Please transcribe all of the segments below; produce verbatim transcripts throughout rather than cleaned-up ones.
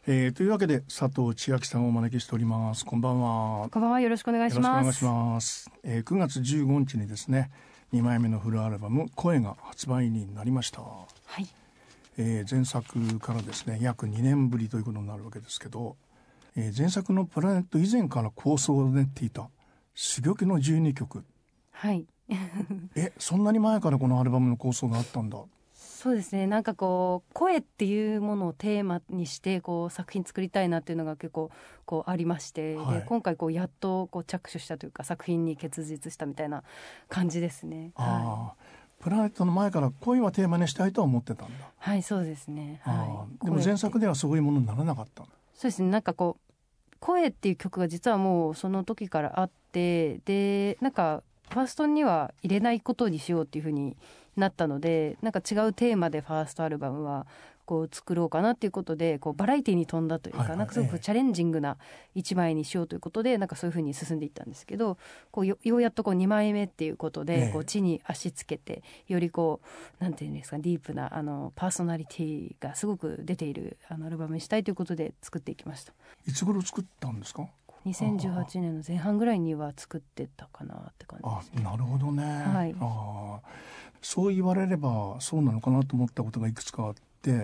えー、というわけで佐藤千秋さんをお招きしております。こんばんは。 こんばんは、よろしくお願いします。 よろしくお願いします。えー、くがつじゅうごにちにですねにまいめのフルアルバム声が発売になりました。 はい。 えー、前作からですね約にねんぶりということになるわけですけど、えー、前作のプラネット以前から構想を練っていた珠玉のじゅうにきょく。 はいえそんなに前からこのアルバムの構想があったんだ。 そうですね、なんかこう声っていうものをテーマにしてこう作品作りたいなっていうのが結構こうありまして、 はい、 で今回こうやっとこう着手したというか作品に結実したみたいな感じですね。 あ、 はい、 プラネットの前から声はテーマにしたいとは思ってたんだ。 はい、そうですね。はい、 でも前作ではそういうものにならなかったんだ。 そうですね、なんかこう声っていう曲が実はもうその時からあって、でなんかファーストには入れないことにしようっていう風になったので、なんか違うテーマでファーストアルバムはこう作ろうかなっていうことで、こうバラエティに富んだというか、はいはい、なんかすごくチャレンジングな一枚にしようということで、なんかそういう風に進んでいったんですけど、こう よ, ようやっとこうにまいめっていうことで、ええ、こう地に足つけてよりこうなんていうんですか、ディープなあのパーソナリティがすごく出ているあのアルバムにしたいということで作っていきました。 いつ頃作ったんですか？ にせんじゅうはちねんの前半ぐらいには作ってたかなって感じですね。 あ、なるほどね。はい、あ、そう言われればそうなのかなと思ったことがいくつかあって、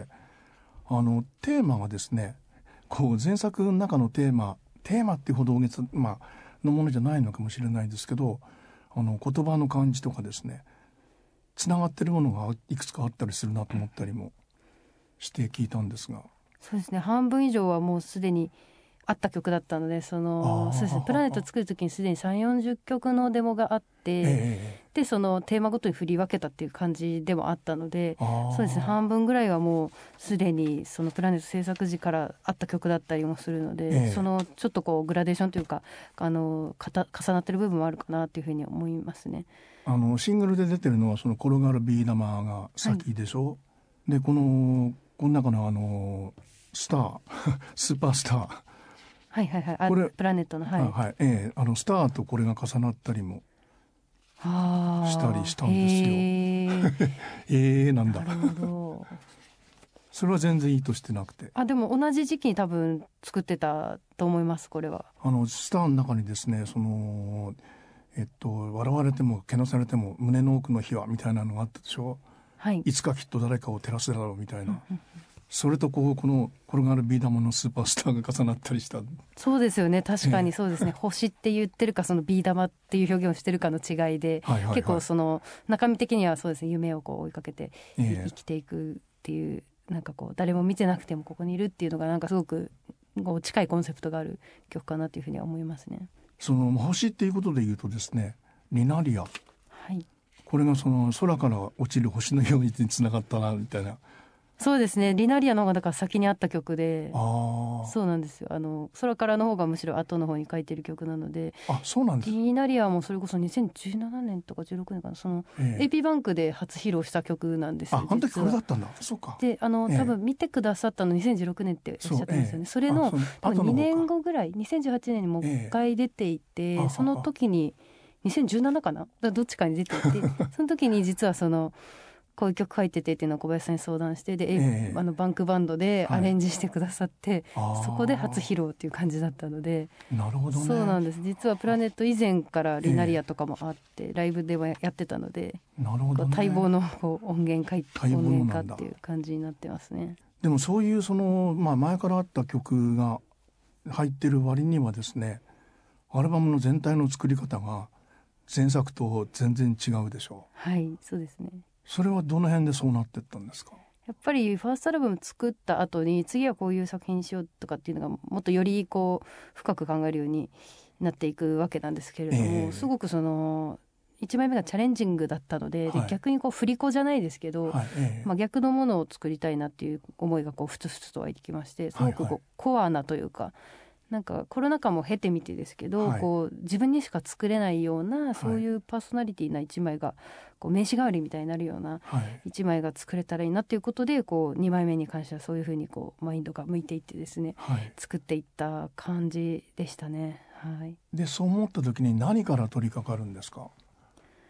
あのテーマがですね、こう前作の中のテーマテーマっていうほど大げさ、まあ、のものじゃないのかもしれないですけど、あの言葉の感じとかですね、つながってるものがいくつかあったりするなと思ったりもして聞いたんですが。 そうですね、半分以上はもうすでにあった曲だったので、そのそうですね、プラネット作る時にすでにさんじゅうよんじゅっきょくのデモがあって、えー、でそのテーマごとに振り分けたっていう感じでもあったので、そうですね、半分ぐらいはもうすでにそのプラネット制作時からあった曲だったりもするので、えー、そのちょっとこうグラデーションというか、あのかた重なってる部分もあるかなというふうに思いますね。 あのシングルで出てるのはその転がるビー玉が先でしょ、はい、でこのこの中のあのスタースーパースター、 はいはいはい、これプラネットの、はい、 はいえー、あのスターとこれが重なったりもしたりしたんですよ。えーなんだ。 なるほど。 それは全然いいとしてなくて、 あでも同じ時期に多分作ってたと思います。これはあのスターの中にですね、そのえっと笑われてもけなされても胸の奥の火はみたいなのがあったでしょ、はい、いつかきっと誰かを照らすだろうみたいな、うんうんうん、それとこうこの転がるビー玉のスーパースターが重なったりした。 そうですよね、確かにそうですね、えー、星って言ってるかそのビー玉っていう表現をしてるかの違いで、はいはいはい、結構その中身的にはそうですね、夢をこう追いかけて、えー、生きていくっていう、なんかこう誰も見てなくてもここにいるっていうのがなんかすごくこう近いコンセプトがある曲かなというふうには思いますね。 その星っていうことで言うとですね、リナリア、 はい、 これがその空から落ちる星のようにつながったなみたいな。 そうですね、リナリアの方がだから先にあった曲で、あそうなんですよ、あの空からの方がむしろ後の方に書いてる曲なので。 あ、そうなんです。 リナリアもそれこそにせんじゅうななねんとかじゅうろくねんかな、その エーピー バンクで初披露した曲なんですよ。 あ、あの時これだったんだ。そうか。 で、あの、ええ、多分見てくださったのにせんじゅうろくねんっておっしゃってますよね。 そ,、ええ、それの多分にねんごぐらい、にせんじゅうはちねんにもう一回出ていて、ええ、その時ににせんじゅうななかな、だどっちかに出ていてその時に実はそのこういう曲書いててっていうのを小林さんに相談して、で、えー、あのバンクバンドでアレンジしてくださって、はい、そこで初披露っていう感じだったので。 なるほどね。 そうなんです。実はプラネット以前からリナリアとかもあって、えー、ライブではやってたので、 なるほどね、 待望のこう音源化音源化っていう感じになってますね。 でもそういうその、まあ、前からあった曲が入ってる割にはですね、アルバムの全体の作り方が前作と全然違うでしょう。 はい、そうですね。 それはどの辺でそうなっていったんですか？ やっぱりファーストアルバム作った後に次はこういう作品にしようとかっていうのがもっとよりこう深く考えるようになっていくわけなんですけれども、えー、すごくそのいちまいめがチャレンジングだったの で,、はい、で逆にこう振り子じゃないですけど、はいえーまあ、逆のものを作りたいなっていう思いがこうふつふつと湧いてきまして、すごくこう、はいはい、コアなというか、なんかコロナ禍も経てみてですけど、はい、こう自分にしか作れないようなそういうパーソナリティな一枚がこう名刺代わりみたいになるような一枚が作れたらいいなっていうことで、こうにまいめに関してはそういうふうにこうマインドが向いていってですね、はい、作っていった感じでしたね。はい、 でそう思った時に何から取り掛かるんですか？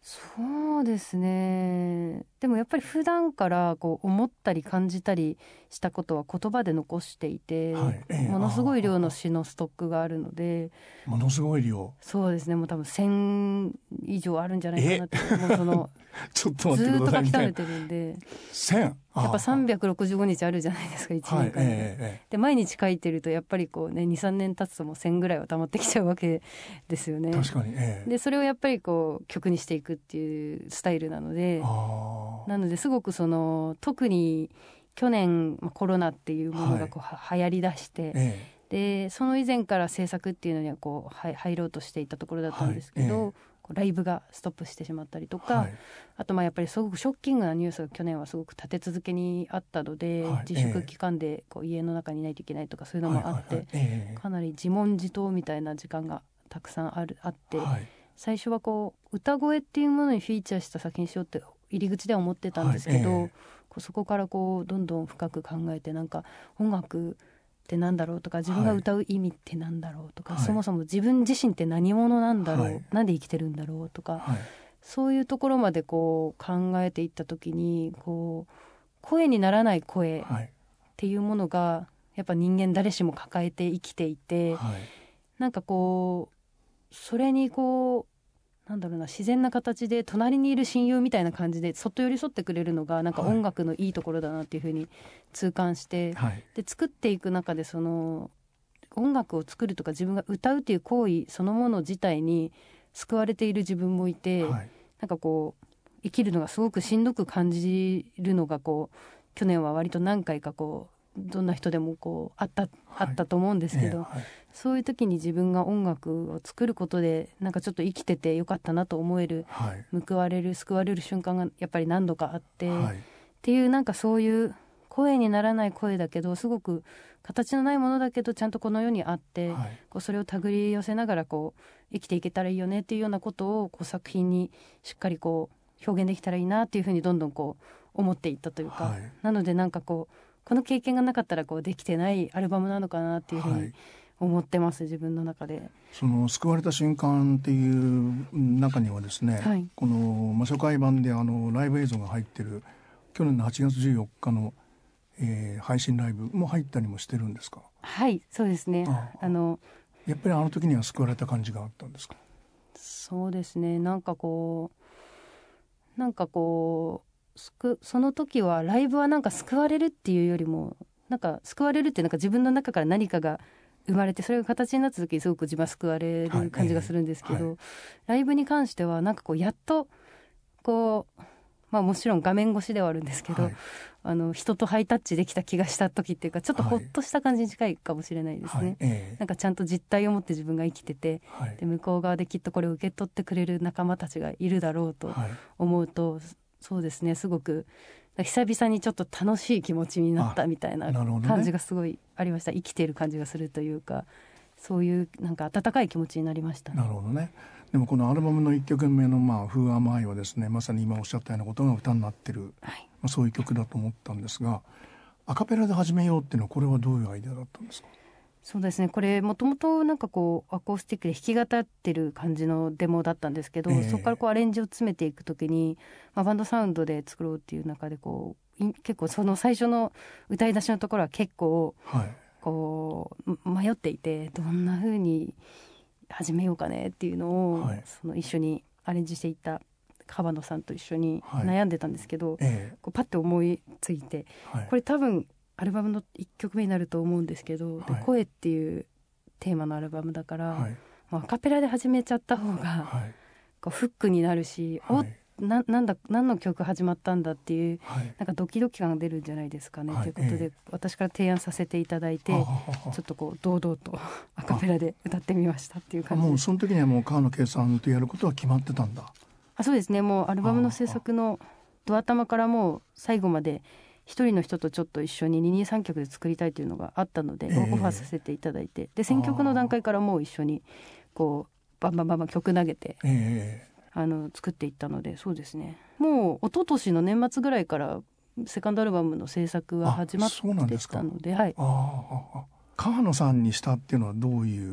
そうですね。でもやっぱり普段からこう思ったり感じたりしたことは言葉で残していて、 はいええ、 ものすごい量の詩のストックがあるので、 ものすごい量。 そうですね、もう多分せん以上あるんじゃないかなって、もうそのちょっと待ってずーっとください書き溜めてるんで、 せんややっぱさんびゃくろくじゅうごにちあるじゃないですか、いちねんかんで、 はいええ、 で毎日書いてるとやっぱりこうね にさんねん経つともうせんぐらいは溜まってきちゃうわけですよね。 確かに、ええ、 でそれをやっぱりこう曲にしていくっていうスタイルなので、 あなのですごくその特に去年、まあ、コロナっていうものがこう、は流行りだして、 えでその以前から制作っていうのにはこうは入ろうとしていたところだったんですけど、 はいえこうライブがストップしてしまったりとか、 はいあとまあやっぱりすごくショッキングなニュースが去年はすごく立て続けにあったので、 はい自粛期間でこう家の中にいないといけないとかそういうのもあって、 はいはいはいええかなり自問自答みたいな時間がたくさんあるあって、 はい最初はこう歌声っていうものにフィーチャーした作品にしようって入り口では思ってたんですけど、 はいええこうそこからこうどんどん深く考えて、なんか音楽ってなんだろうとか、自分が歌う意味ってなんだろうとか、 はいそもそも自分自身って何者なんだろう、 はいなんで生きてるんだろうとか、 はいそういうところまでこう考えていった時に、こう声にならない声っはいていうものがやっぱ人間誰しも抱えて生きていて、 はいなんかこうそれにこうなんだろうな、自然な形で隣にいる親友みたいな感じでそっと寄り添ってくれるのがなんか音楽のいいところだなっていうふうに痛感して、 はい、 で作っていく中でその音楽を作るとか自分が歌うっていう行為そのもの自体に救われている自分もいて、 はい、 なんかこう生きるのがすごくしんどく感じるのがこう去年は割と何回かこうどんな人でもこうあった、はい、あったと思うんですけど、 えーはい、 そういう時に自分が音楽を作ることでなんかちょっと生きててよかったなと思える、 はい、 報われる救われる瞬間がやっぱり何度かあって、 はい、 っていうなんかそういう声にならない声だけどすごく形のないものだけどちゃんとこの世にあって、はい、こうそれを手繰り寄せながらこう生きていけたらいいよねっていうようなことをこう作品にしっかりこう表現できたらいいなっていうふうにどんどんこう思っていったというか、はい、なのでなんかこうこの経験がなかったらこうできてないアルバムなのかなっていうふうに思ってます、はい、自分の中で。 その救われた瞬間っていう中にはですね、はい、この、まあ、初回版であのライブ映像が入ってる去年のはちがつじゅうよっかの、えー、配信ライブも入ったりもしてるんですか？ はいそうですね。ああのやっぱりあの時には救われた感じがあったんですか？ そうですね、なんかこうなんかこうその時はライブはなんか救われるっていうよりもなんか救われるってなんか自分の中から何かが生まれてそれが形になった時にすごく自分は救われる感じがするんですけど、はいえーはい、ライブに関してはなんかこうやっとこうまあもちろん画面越しではあるんですけど、はい、あの人とハイタッチできた気がした時っていうかちょっとほっとした感じに近いかもしれないですね、はいえー、なんかちゃんと実体を持って自分が生きてて、はい、で向こう側できっとこれを受け取ってくれる仲間たちがいるだろうと思うと、はいそうですねすごく久々にちょっと楽しい気持ちになったみたいな感じがすごいありました、ね、生きている感じがするというかそういうなんか温かい気持ちになりました、ね、 なるほどね。でもこのアルバムのいっきょくめのまあ Who Am I はですねまさに今おっしゃったようなことが歌になってる、はいまあ、そういう曲だと思ったんですがアカペラで始めようっていうのはこれはどういうアイデアだったんですか？ そうですねこれもともとなんかこうアコースティックで弾き語ってる感じのデモだったんですけど、えー、そこからこうアレンジを詰めていくときに、まあ、バンドサウンドで作ろうっていう中でこう結構その最初の歌い出しのところは結構こう、はい、迷っていてどんな風に始めようかねっていうのを、はい、その一緒にアレンジしていった川野さんと一緒に悩んでたんですけど、はいえー、こうパッと思いついて、はい、これ多分アルバムのいっきょくめになると思うんですけど、はい、で声っていうテーマのアルバムだから、はいまあ、アカペラで始めちゃった方が、はい、こうフックになるし、はい、おななんだ何の曲始まったんだっていう、はい、なんかドキドキ感が出るんじゃないですかね、はい、ということで、えー、私から提案させていただいてちょっとこう堂々とアカペラで歌ってみましたっていう感じです。 もうその時にはもう川野圭さんとやることは決まってたんだ？ あそうですねもうアルバムの制作のド頭からもう最後まで一人の人とちょっと一緒に二人三脚で作りたいというのがあったので、えー、オファーさせていただいてで選曲の段階からもう一緒にこうバンバンバンバン曲投げて、えー、あの作っていったのでそうですねもう一昨年の年末ぐらいからセカンドアルバムの制作は始まってたので、はい、 ああ川野さんにしたっていうのはどういう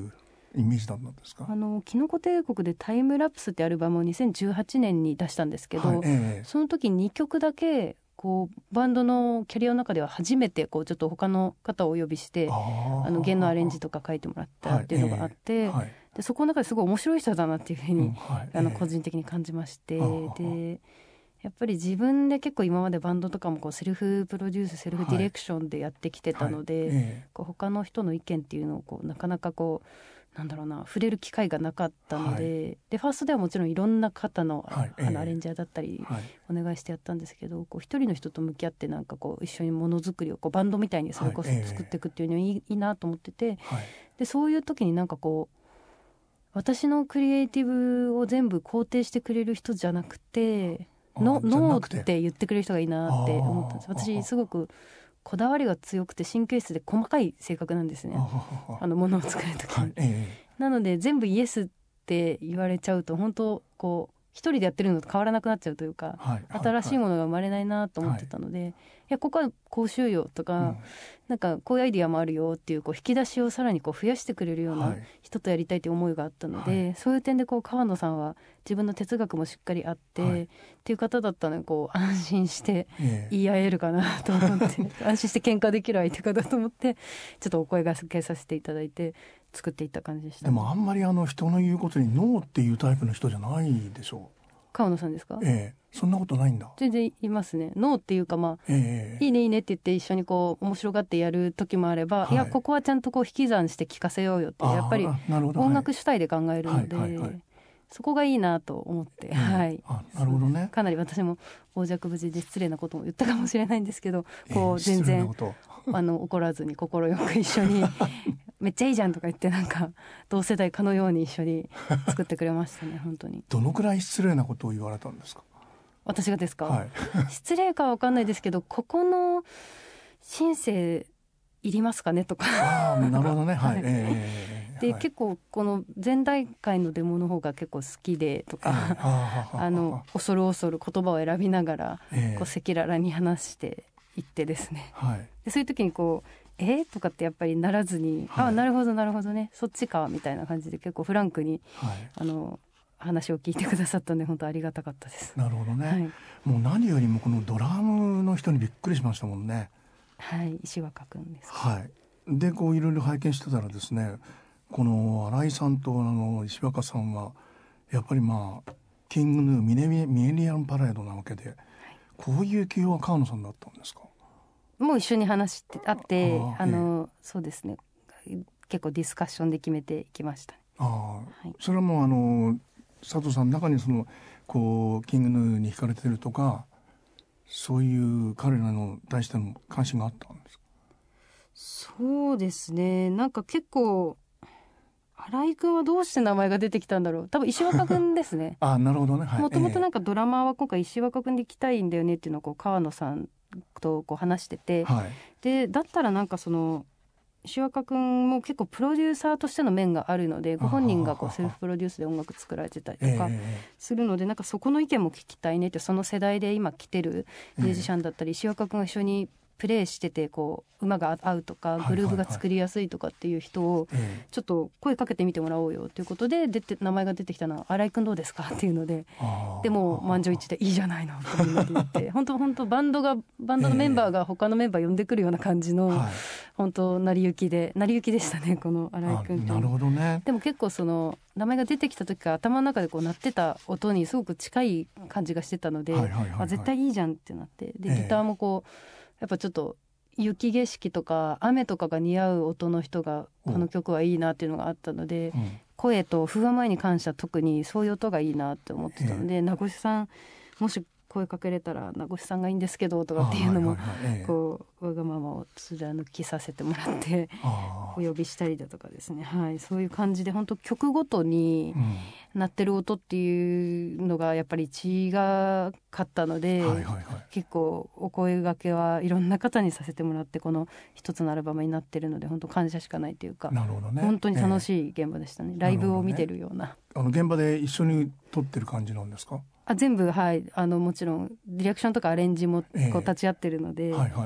イメージだったんですか？ あのキノコ帝国でタイムラプスってアルバムをにせんじゅうはちねんに出したんですけど、 はいええ、 その時にきょくだけこうバンドのキャリアの中では初めてこうちょっと他の方をお呼びしてあの弦のアレンジとか書いてもらったっていうのがあって、はいええ、でそこの中ですごい面白い人だなっていうふうに、うんはい、あの個人的に感じまして、でやっぱり自分で結構今までバンドとかもこうセルフプロデュースセルフディレクションでやってきてたので、はいはいええ、こう他の人の意見っていうのをこうなかなかこうなんだろうな触れる機会がなかったので、はい、でファーストではもちろんいろんな方の、はい、あのアレンジャーだったりお願いしてやったんですけど、こう一人の人と向き合ってなんかこう一緒にものづくりをこうバンドみたいにそれこそ作っていくっていうのはいい、はい、いいなと思ってて、はい、でそういう時になんかこう私のクリエイティブを全部肯定してくれる人じゃなくてノーって言ってくれる人がいいなって思ったんです。私すごくこだわりが強くて神経質で細かい性格なんですね、あのものを作る時に、はいええ、なので全部イエスって言われちゃうと本当こう一人でやってるのと変わらなくなっちゃうというか、はいはい、新しいものが生まれないなと思ってたので、はい、いやここはこうしようよとか、うん、なんかこういうアイディアもあるよっていう、こう引き出しをさらにこう増やしてくれるような人とやりたいという思いがあったので、はい、そういう点でこう川野さんは自分の哲学もしっかりあって、はい、っていう方だったのでこう安心して言い合えるかなと思って、ええ、安心して喧嘩できる相手かだと思ってちょっとお声掛けさせていただいて作っていった感じでした、ね、 でもあんまりあの人の言うことにノーっていうタイプの人じゃないでしょう。 川野さんですか？ ええ、そんなことないんだ。 全然いますね。ノーっていうかまあ、ええ、いいねいいねって言って一緒にこう面白がってやる時もあれば、はい、いやここはちゃんとこう引き算して聞かせようよってやっぱり音楽主体で考えるので、はいはいはいはい、そこがいいなと思って、うん、はい、 あ、なるほどね。 かなり私も傍若無人で失礼なことも言ったかもしれないんですけど、こう全然、えー、あの怒らずに快く一緒にめっちゃいいじゃんとか言ってなんか同世代かのように一緒に作ってくれましたね本当に。 どのくらい失礼なことを言われたんですか？ 私がですか、 はい、 失礼かは分かんないですけど、ここのシンセいりますかねとかああなるほどね、はいはいえー、で、はい、結構この前代会のデモの方が結構好きでとか、えー、あの恐る恐る言葉を選びながら、えー、こう赤裸々に話していってですね、はい、でそういう時にこうえー、とかってやっぱりならずに、はい、あなるほどなるほどねそっちかみたいな感じで結構フランクに、はい、あの話を聞いてくださったので本当ありがたかったです。 なるほどね、はい、もう何よりもこのドラムの人にびっくりしましたもんね。 はい、石若くんです。 はい。でこういろいろ拝見してたらですね、この新井さんとあの石若さんはやっぱりまあキングヌーミネミエリアンパレードなわけで、はい、こういう起用は川野さんだったんですか？ もう一緒に話してあってあの、ええ、そうですね結構ディスカッションで決めていきました、ね、 あ、はい、それはもうあの佐藤さんの中にそのこうキングヌーに惹かれてるとかそういう彼らの対しての関心があったんですか？ そうですね、なんか結構新井君はどうして名前が出てきたんだろう、多分石若君ですねあ、なるほどね、はい、 もともとなんかドラマーは今回石若君で行きたいんだよねっていうのをこう川野さんとこう話してて、はい、でだったらなんかその石若君も結構プロデューサーとしての面があるので、ご本人がこうセルフプロデュースで音楽作られてたりとかするので、なんかそこの意見も聞きたいねって、その世代で今来てるミュージシャンだったり、石若君が一緒にプレイしててこう馬が合うとかグルーヴが作りやすいとかっていう人をちょっと声かけてみてもらおうよということで出て名前が出てきたのは新井君どうですかっていうので、でも満場一致でいいじゃないのとみんなで言って本当本当バンドがバンドのメンバーが他のメンバー呼んでくるような感じの本当成り行きで成り行きでしたねこの新井君と。 なるほどね。 でも結構その名前が出てきた時から頭の中でこう鳴ってた音にすごく近い感じがしてたので、あ絶対いいじゃんってなって、でギターもこうやっぱちょっと雪景色とか雨とかが似合う音の人がこの曲はいいなっていうのがあったので、うん、声と風和前に関しては特にそういう音がいいなって思ってたので、名越さんもし声かけれたら名越さんがいいんですけどとかっていうのもこうわがままを貫きさせてもらってお呼びしたりだとかですね、はい、そういう感じで本当曲ごとに鳴ってる音っていうのがやっぱり違かったので、はいはいはい、結構お声掛けはいろんな方にさせてもらってこの一つのアルバムになってるので本当感謝しかないというか、 なるほどね、 本当に楽しい現場でしたね、えー、ライブを見てるような、 な、あの現場で一緒に撮ってる感じなんですか？ あ全部、はい、あのもちろんディレクションとかアレンジもこう立ち会ってるので、 えーはいはい、あなるほ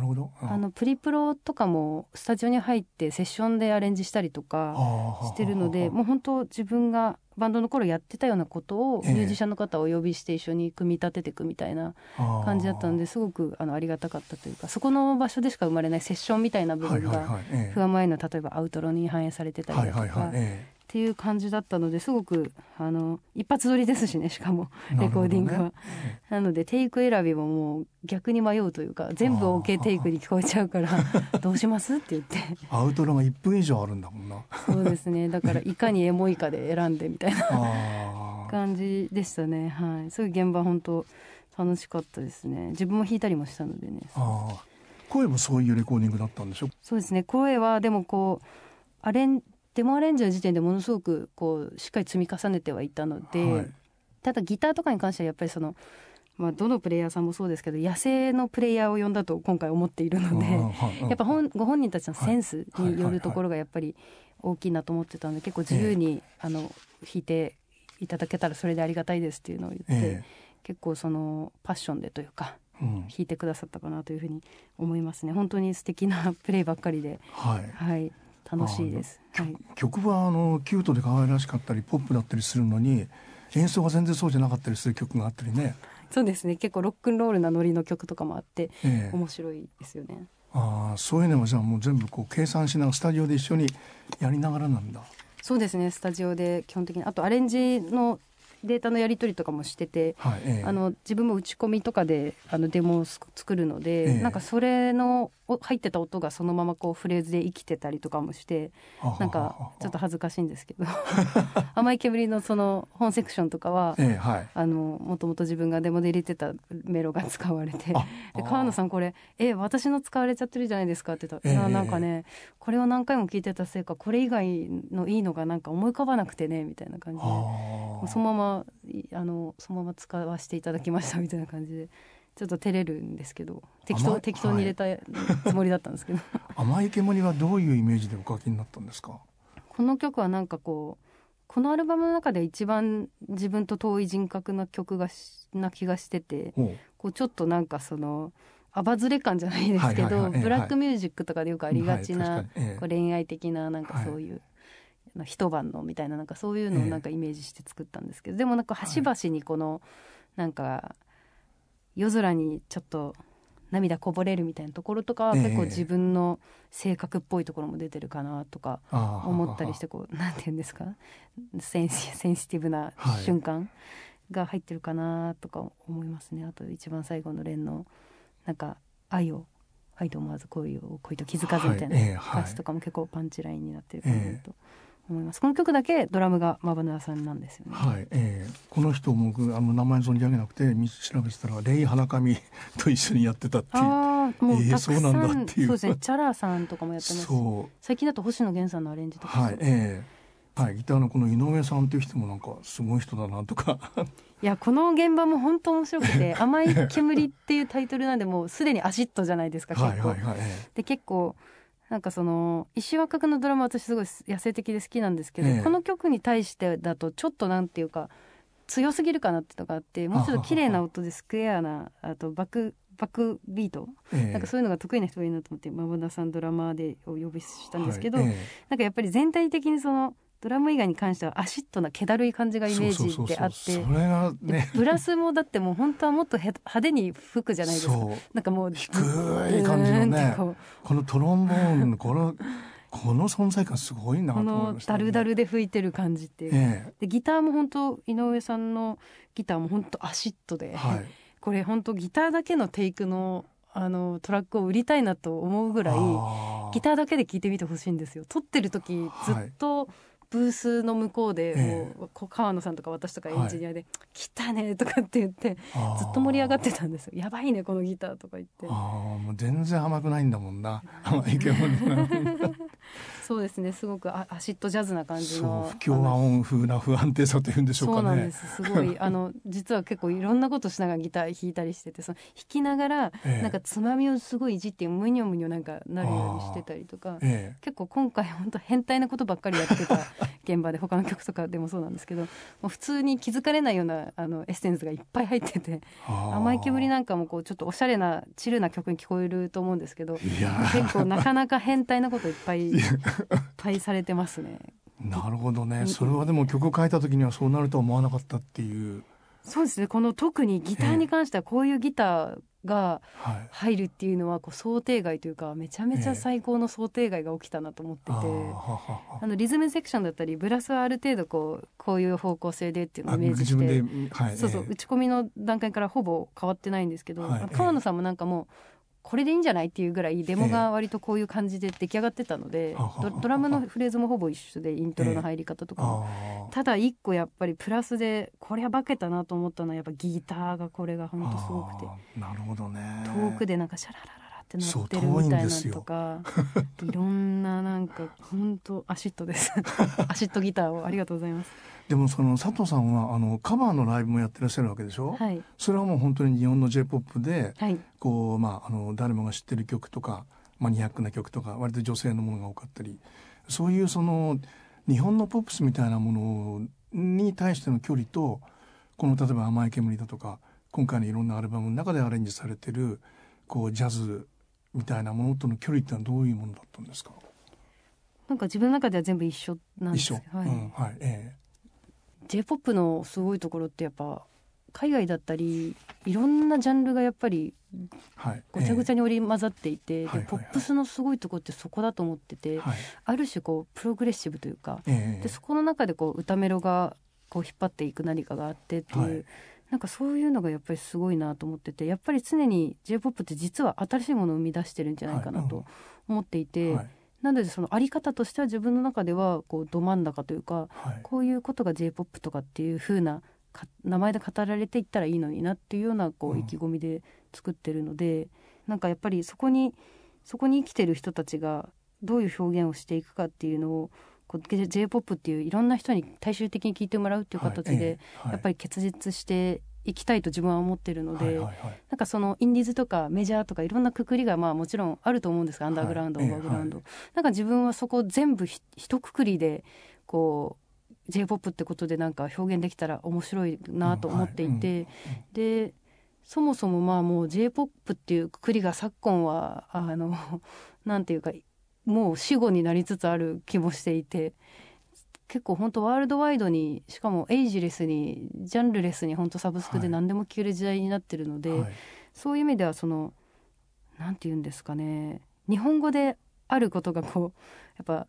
るほど。 あのプリプロとかもスタジオに入ってセッションでアレンジしたりとかしてるので、もう本当自分がバンドの頃やってたようなことをミュージシャンの方をお呼びして一緒に組み立てていくみたいな感じだったので、すごくあのありがたかったというか、そこの場所でしか生まれないセッションみたいな部分がフアマイの例えばアウトロに反映されてたりだとかっていう感じだったので、すごくあの一発撮りですしね、しかもレコーディングは な,、ね、なのでテイク選びももう逆に迷うというか、全部 OK テイクに聞こえちゃうからどうしますって言ってアウトロがいっぷん以上あるんだもんな。 そうですね、だからいかにエモいかで選んでみたいな感じでしたね。はい、そういう現場本当楽しかったですね。自分も弾いたりもしたのでね。 あ声もそういうレコーディングだったんでしょ。 そうですね、声はでもこうアレンデモアレンジの時点でものすごくこうしっかり積み重ねてはいたので、はい、ただギターとかに関してはやっぱりその、まあ、どのプレイヤーさんもそうですけど、野生のプレイヤーを呼んだと今回思っているので、やっぱ本ご本人たちのセンスによるところがやっぱり大きいなと思ってたので、結構自由に、えー、あの弾いていただけたらそれでありがたいですっていうのを言って、えー、結構そのパッションでというか、うん、弾いてくださったかなというふうに思いますね。本当に素敵なプレイばっかりで、はい、はい楽しいです、はい、 曲はあのキュートで可愛らしかったりポップだったりするのに、演奏が全然そうじゃなかったりする曲があったりね。 そうですね、結構ロックンロールなノリの曲とかもあって、えー、面白いですよね。 あそういうのもじゃあもう全部こう計算しながらスタジオで一緒にやりながらなんだ。 そうですね、スタジオで基本的に、あとアレンジのデータのやり取りとかもしてて、はいええ、あの自分も打ち込みとかであのデモを作るので、ええ、なんかそれの入ってた音がそのままこうフレーズで生きてたりとかもして、なんかちょっと恥ずかしいんですけど甘い煙のその本セクションとかは、ええはい、あのもともと自分がデモで入れてたメロが使われて、で川野さんこれえ私の使われちゃってるじゃないですかって言ったら、ええ、なんかねこれを何回も聞いてたせいかこれ以外のいいのがなんか思い浮かばなくてねみたいな感じで、そのままあのそのまま使わせていただきましたみたいな感じで、ちょっと照れるんですけど、適当適当に入れたつもりだったんですけど甘い煙はどういうイメージでお書きになったんですか。 この曲はなんかこうこのアルバムの中で一番自分と遠い人格な曲がな気がしてて、こうちょっとなんかそのアバズレ感じゃないですけど、はいはいはい、ブラックミュージックとかでよくありがちな、はいええ、こう恋愛的ななんかそういう、はい、一晩のみたいな、なんかそういうのをなんかイメージして作ったんですけど、ええ、でもなんか端々にこのなんか夜空にちょっと涙こぼれるみたいなところとかは結構自分の性格っぽいところも出てるかなとか思ったりして、こうなんていうんですか、センシ、センシティブな瞬間が入ってるかなとか思いますね。あと一番最後の連のなんか愛を愛と思わず恋を恋と気づかずみたいな歌詞とかも結構パンチラインになってるかなと思います。この曲だけドラムがマバヌアさんなんですよね。 はい、えー、この人僕あの名前存じ上げなくて調べてたらレイ・ハナカミと一緒にやってたっていう。 あもうたくさん、えー、そうなんだっていう。そうですね、チャラーさんとかもやってますし、最近だと星野源さんのアレンジとか、 はいえーはい、ギターのこの井上さんという人もなんかすごい人だなとかいやこの現場も本当面白くて甘い煙っていうタイトルなんでもうすでにアシッドじゃないですか結構、はいはいはい、で結構なんかその石若君のドラマ私すごい野生的で好きなんですけど、ええ、この曲に対してだとちょっとなんていうか強すぎるかなっていうのがあって、もうちょっと綺麗な音でスクエアなあとバックバックビート、ええ、なんかそういうのが得意な人がいいなと思ってマバナさんドラマーでお呼びしたんですけど、はいええ、なんかやっぱり全体的にそのドラム以外に関してはアシッドな気だるい感じがイメージであって、 それがねブラスもだってもう本当はもっと派手に吹くじゃないですか。なんかもう低い感じのねこ, このトロンボーンのこのこの存在感すごいなと思いましたね。 このダルダルで吹いてる感じっていう、ええ、でギターも本当井上さんのギターも本当アシッドで、はい、これ本当ギターだけのテイクのあのトラックを売りたいなと思うぐらいギターだけで聴いてみてほしいんですよ。撮ってる時ずっと、はいブースの向こうでもう、えー、川野さんとか私とかエンジニアで、はい、来たねとかって言ってずっと盛り上がってたんですよ。やばいねこのギターとか言って。 あもう全然甘くないんだもんな甘い煙そうですね、すごくアシッドジャズな感じの不協和音風な不安定さというんでしょうかね。 そうなんです。すごいあの実は結構いろんなことしながらギター弾いたりしてて、その弾きながら、ええ、なんかつまみをすごいいじってむにょむにょなんかなるようにしてたりとか、ええ、結構今回本当変態なことばっかりやってた現場で他の曲とかでもそうなんですけど、もう普通に気づかれないようなあのエッセンスがいっぱい入ってて、甘い煙なんかもこうちょっとおしゃれなチルな曲に聞こえると思うんですけど、結構なかなか変態なこといっぱいいっぱいされてますね。 なるほどね。それはでも曲を書いた時にはそうなるとは思わなかったっていう。 そうですね、この特にギターに関してはこういうギターが入るっていうのはこう想定外というか、めちゃめちゃ最高の想定外が起きたなと思ってて、えー、ああのリズムセクションだったりブラスはある程度こうこういう方向性でっていうのをイメージして、はい、そうそう、打ち込みの段階からほぼ変わってないんですけど、はい、川野さんもなんかもうこれでいいんじゃないっていうぐらいデモが割とこういう感じで出来上がってたので、えー、ド, ドラムのフレーズもほぼ一緒でイントロの入り方とかも、えー、ただ一個やっぱりプラスでこれは化けたなと思ったのはやっぱギターがこれが本当すごくて、 なるほどね、 遠くでなんかシャララララって鳴ってるみたいなのとか、いろんななんか本当アシッドですアシッドギターをありがとうございます。 でもその佐藤さんはあのカバーのライブもやってらっしゃるわけでしょ、はい、それはもう本当に日本の J-ポップ で、はい、こうまあ、あの誰もが知ってる曲とかマニアックな曲とか割と女性のものが多かったり、そういうその日本のポップスみたいなものに対しての距離と、この例えば甘い煙だとか今回のいろんなアルバムの中でアレンジされてるこうジャズみたいなものとの距離ってのはどういうものだったんですか？ なんか自分の中では全部一緒なんですけど、 一緒、はい、うんはい、ええ J-ポップ のすごいところってやっぱ海外だったりいろんなジャンルがやっぱりごちゃごちゃに織り交ざっていて、はい、でポップスのすごいところってそこだと思ってて、はい、ある種こうプログレッシブというか、えー、でそこの中でこう歌メロがこう引っ張っていく何かがあってっていう、はい、なんかそういうのがやっぱりすごいなと思ってて、やっぱり常に J-ポップ って実は新しいものを生み出してるんじゃないかなと思っていて、はいうんはい、なのでそのあり方としては自分の中ではこうど真ん中というか、はい、こういうことが J-ポップ とかっていう風な名前で語られていったらいいのになっていうようなこう意気込みで作ってるので、うん、なんかやっぱりそこにそこに生きてる人たちがどういう表現をしていくかっていうのをこう J-ポップ っていういろんな人に大衆的に聞いてもらうっていう形で、はいえーはい、やっぱり結実していきたいと自分は思ってるので、はいはいはい、なんかそのインディーズとかメジャーとかいろんなくくりがまあもちろんあると思うんですが、アンダーグラウンド、はい、オーバーグラウンド、えーはい、なんか自分はそこ全部ひ一括りでこうJ-ポップ ってことでなんか表現できたら面白いなと思っていて、うんはいうん、でそもそもまあもう J-ポップ っていうくくりが昨今はあのなんていうかもう死語になりつつある気もしていて、結構本当ワールドワイドにしかもエイジレスにジャンルレスに本当サブスクで何でも聴ける時代になってるので、はい、そういう意味ではそのなんていうんですかね、日本語であることがこうやっぱ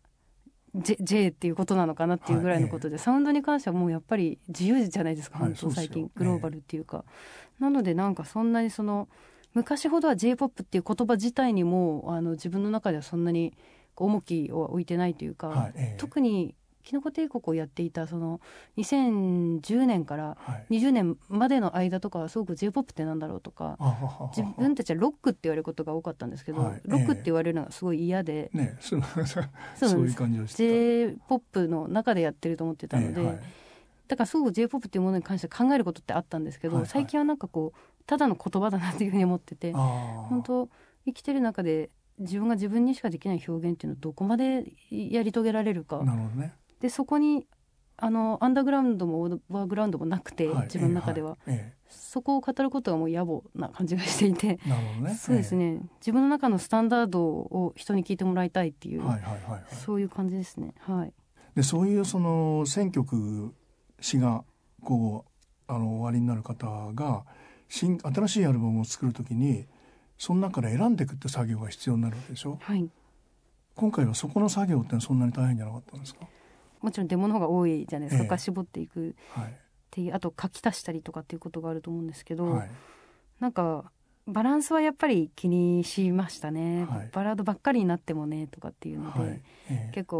J, J っていうことなのかなっていうぐらいのことで、はい、サウンドに関してはもうやっぱり自由じゃないですか、はい、本当最近グローバルっていうか、えー、なのでなんかそんなにその昔ほどは J-ポップ っていう言葉自体にもあの自分の中ではそんなに重きを置いてないというか、はいえー、特にキノコ帝国をやっていたそのにせんじゅうねんからにじゅうねんまでの間とかはすごく J-ポップ ってなんだろうとか、はい、自分たちはロックって言われることが多かったんですけど、はい、ロックって言われるのがすごい嫌で、えーね、そういう感じをしてた J-ポップ の中でやってると思ってたので、えーはい、だからすごく J-ポップ っていうものに関して考えることってあったんですけど、はいはい、最近はなんかこうただの言葉だなというふうに思ってて、本当生きてる中で自分が自分にしかできない表現っていうのをどこまでやり遂げられるか。なるほどね。でそこにあのアンダーグラウンドもオーバーグラウンドもなくて、はい、自分の中では、えーはいえー、そこを語ることがもう野暮な感じがしていて、なるほどね、そうですね、えー、自分の中のスタンダードを人に聞いてもらいたいっていう、はいはいはいはい、そういう感じですね、はい、 でそういうその選曲詩がこうあの終わりになる方が新新しいアルバムを作るときにその中から選んでいくって作業が必要になるわけでしょ、はい、今回はそこの作業ってのはそんなに大変じゃなかったんですか？ もちろんデモの方が多いじゃないですか、えー、絞っていくっていう、はい、あと書き足したりとかっていうことがあると思うんですけど、はい、なんかバランスはやっぱり気にしましたね、はい、バラードばっかりになってもねとかっていうので、はいえー、結構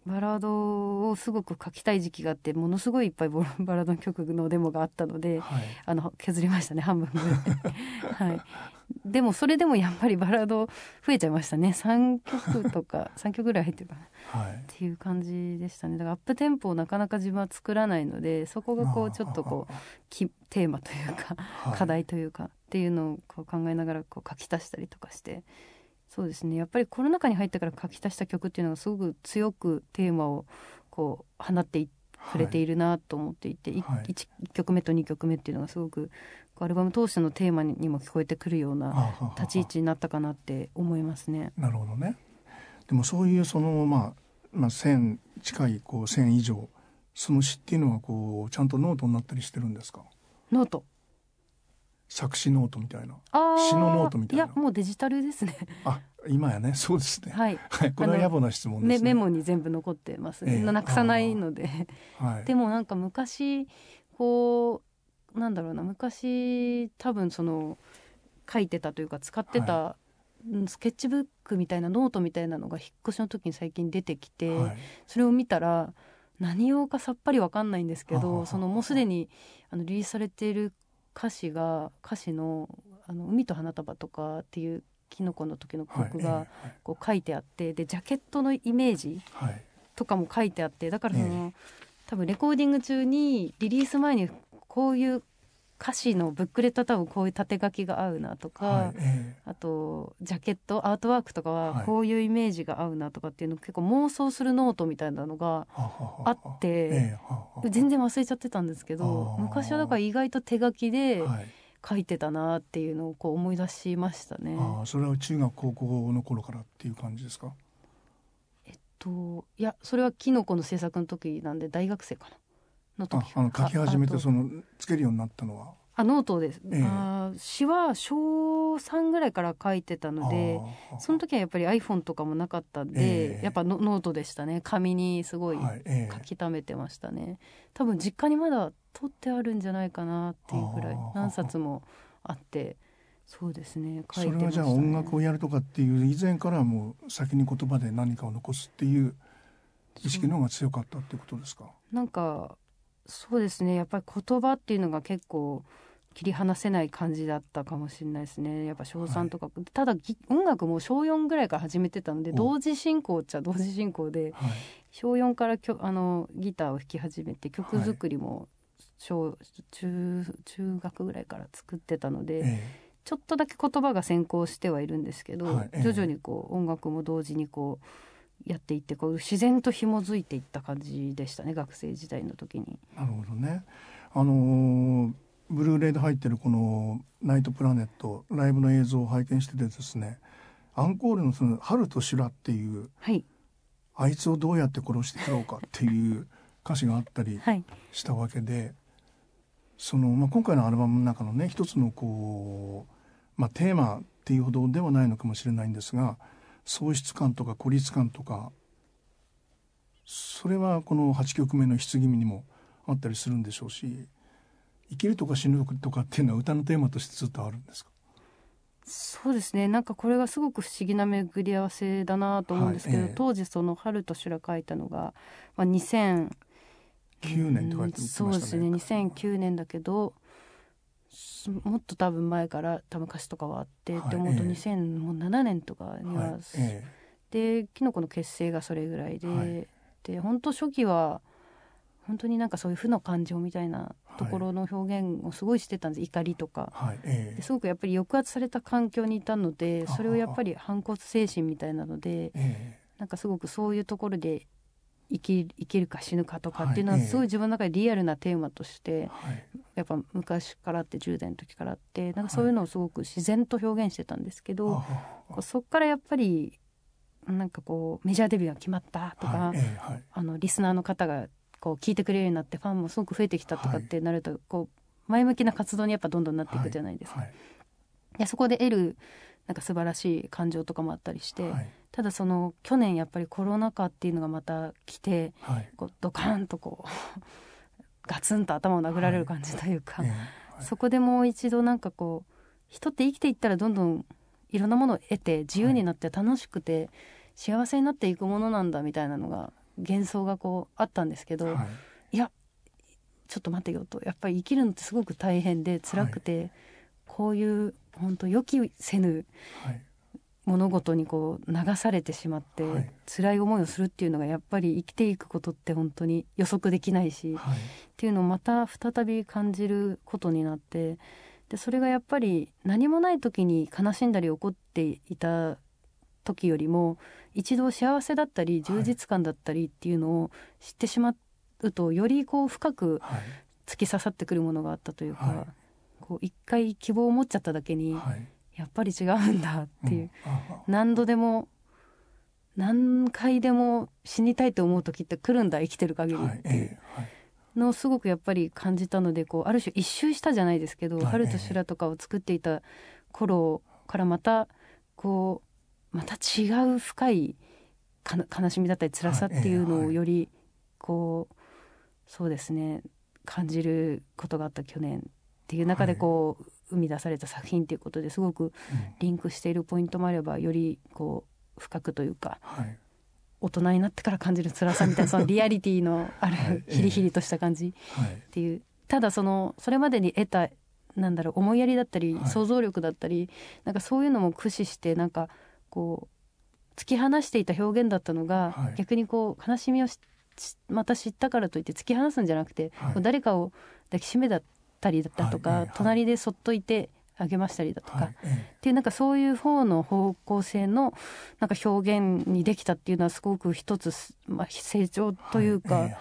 バラードをすごく書きたい時期があって、ものすごいいっぱいバラードの曲のデモがあったので、 はい、 あの削りましたね、半分ぐらい、はい、でもそれでもやっぱりバラード増えちゃいましたね。さんきょくとかさんきょくぐらい入ってるかな、はい、っていう感じでしたね。だからアップテンポをなかなか自分は作らないので、そこがこうちょっとこうきテーマというか、はい、課題というかっていうのをこう考えながらこう書き足したりとかして、そうですね、やっぱりコロナ禍に入ってから書き足した曲っていうのがすごく強くテーマをこう放ってくれているなと思っていて、はい、いちきょくめとにきょくめっていうのがすごくアルバム通してのテーマにも聞こえてくるような立ち位置になったかなって思いますね。 なるほどね。でもそういうその、まあまあ、せん近いこうせん以上、その詩っていうのはこうちゃんとノートになったりしてるんですか？ ノート、 作詞ノートみたいな、詩のノートみたいな。 いやもうデジタルですね。 あ、今やね、そうですね。 はい、 これは野暮な質問ですね。 メモに全部残ってます、ね、えー、なくさないので、はい、でもなんか昔こうなんだろうな、昔多分その書いてたというか使ってた、はい、スケッチブックみたいなノートみたいなのが引っ越しの時に最近出てきて、はい、それを見たら何用かさっぱり分かんないんですけど、そのもうすでにあのリリースされている歌詞が歌詞のあの海と花束とかっていうキノコの時の曲がこう書いてあって、でジャケットのイメージとかも書いてあって、だからその多分レコーディング中にリリース前にこういう歌詞のブックレット、多分こういう縦書きが合うなとか、はい、あとジャケットアートワークとかはこういうイメージが合うなとかっていうのを結構妄想するノートみたいなのがあって、全然忘れちゃってたんですけど、昔はだから意外と手書きで書いてたなっていうのをこう思い出しましたね。 あ、それは中学高校の頃からっていう感じですか？ えっといや、それはキノコの制作の時なんで大学生かなの時。 ああの書き始めてそのつけるようになったのはあノートです、 ええ、 あ詩はしょうさんぐらいから書いてたので、その時はやっぱり iPhone とかもなかったんで、ええ、やっぱノートでしたね。紙にすごい書き溜めてましたね、はい、ええ、多分実家にまだ取ってあるんじゃないかなっていうくらい何冊もあって、そうですね、書いてましたね。 それはじゃあ音楽をやるとかっていう以前からもう先に言葉で何かを残すっていう意識の方が強かったっていうことですか？ なんかそうですね、やっぱり言葉っていうのが結構切り離せない感じだったかもしれないですね。やっぱ小さんとか、はい、ただ音楽も小よんぐらいから始めてたので同時進行っちゃ同時進行で、はい、小よんからきょあのギターを弾き始めて曲作りも小、はい、中, 中学ぐらいから作ってたので、ええ、ちょっとだけ言葉が先行してはいるんですけど、はい、徐々にこう音楽も同時にこうやっていってこう自然と紐づいていった感じでしたね、学生時代の時に。 なるほどね。あのー、ブルーレイで入ってるこのナイトプラネットライブの映像を拝見しててですね、アンコールのその春と修羅っていう、はい、あいつをどうやって殺してやろうかっていう歌詞があったりしたわけで、はい、そのまあ、今回のアルバムの中のね一つのこう、まあ、テーマっていうほどではないのかもしれないんですが、喪失感とか孤立感とか、それはこのはちきょくめの棺にもあったりするんでしょうし、生きるとか死ぬとかっていうのは歌のテーマとしてずっとあるんですか？ そうですね、なんかこれがすごく不思議な巡り合わせだなと思うんですけど、はい、えー、当時その春と修羅書いたのが、まあ、にせんきゅうねんって書いてましたね。 そうですね、にせんきゅうねんだけどもっと多分前から多分歌詞とかはあって、はい、って思うとにせんななねんとかには、はい、えー、でキノコの結成がそれぐらいで、はい、で本当初期は本当になんかそういう負の感情みたいなところの表現をすごいしてたんです、はい、怒りとか、はい、えー、ですごくやっぱり抑圧された環境にいたので、それをやっぱり反骨精神みたいなので、えー、なんかすごくそういうところで生き、生きるか死ぬかとかっていうのはすごい自分の中でリアルなテーマとして、はい、やっぱ昔からあってじゅう代の時からあって、なんかそういうのをすごく自然と表現してたんですけど、はい、そっからやっぱりなんかこうメジャーデビューが決まったとか、はい、えーはい、あのリスナーの方がこう聞いてくれるようになってファンもすごく増えてきたとかってなると、はい、こう前向きな活動にやっぱどんどんなっていくじゃないですか、はいはい、でそこで得るなんか素晴らしい感情とかもあったりして、はい、ただその去年やっぱりコロナ禍っていうのがまた来て、はい、こうドカーンとこうガツンと頭を殴られる感じというか、はいえーはい、そこでもう一度なんかこう人って生きていったらどんどんいろんなものを得て自由になって楽しくて幸せになっていくものなんだみたいなのが幻想がこうあったんですけど、はい、いやちょっと待てよと、やっぱり生きるのってすごく大変で辛くて、はい、こういう本当予期せぬ物事にこう流されてしまって、はい、辛い思いをするっていうのがやっぱり生きていくことって本当に予測できないし、はい、っていうのをまた再び感じることになって、でそれがやっぱり何もない時に悲しんだり怒っていた時よりも一度幸せだったり充実感だったりっていうのを知ってしまうと、よりこう深く突き刺さってくるものがあったというか、はい、こう一回希望を持っちゃっただけに、はい、やっぱり違うんだっていう、うん、何度でも何回でも死にたいと思う時って来るんだ、生きてる限りっていうのをすごくやっぱり感じたので、こうある種一周したじゃないですけど、はい、春と修羅とかを作っていた頃からまたこうまた違う深いか悲しみだったり辛さっていうのをよりこうそうですね感じることがあった去年っていう中でこう、はい、生み出された作品ということですごくリンクしているポイントもあれば、よりこう深くというか、はい、大人になってから感じる辛さみたいなそのリアリティのあるヒリヒリとした感じっていう、ただそのそれまでに得たなんだろう思いやりだったり、はい、想像力だったりなんかそういうのも駆使してなんかこう突き放していた表現だったのが、はい、逆にこう悲しみをまた知ったからといって突き放すんじゃなくて、はい、こう誰かを抱きしめだったりだとか、はい、隣でそっといてあげましたりだとか、はい、っていうなんかそういう方の方向性のなんか表現にできたっていうのはすごく一つ、まあ、成長というか、はいはい、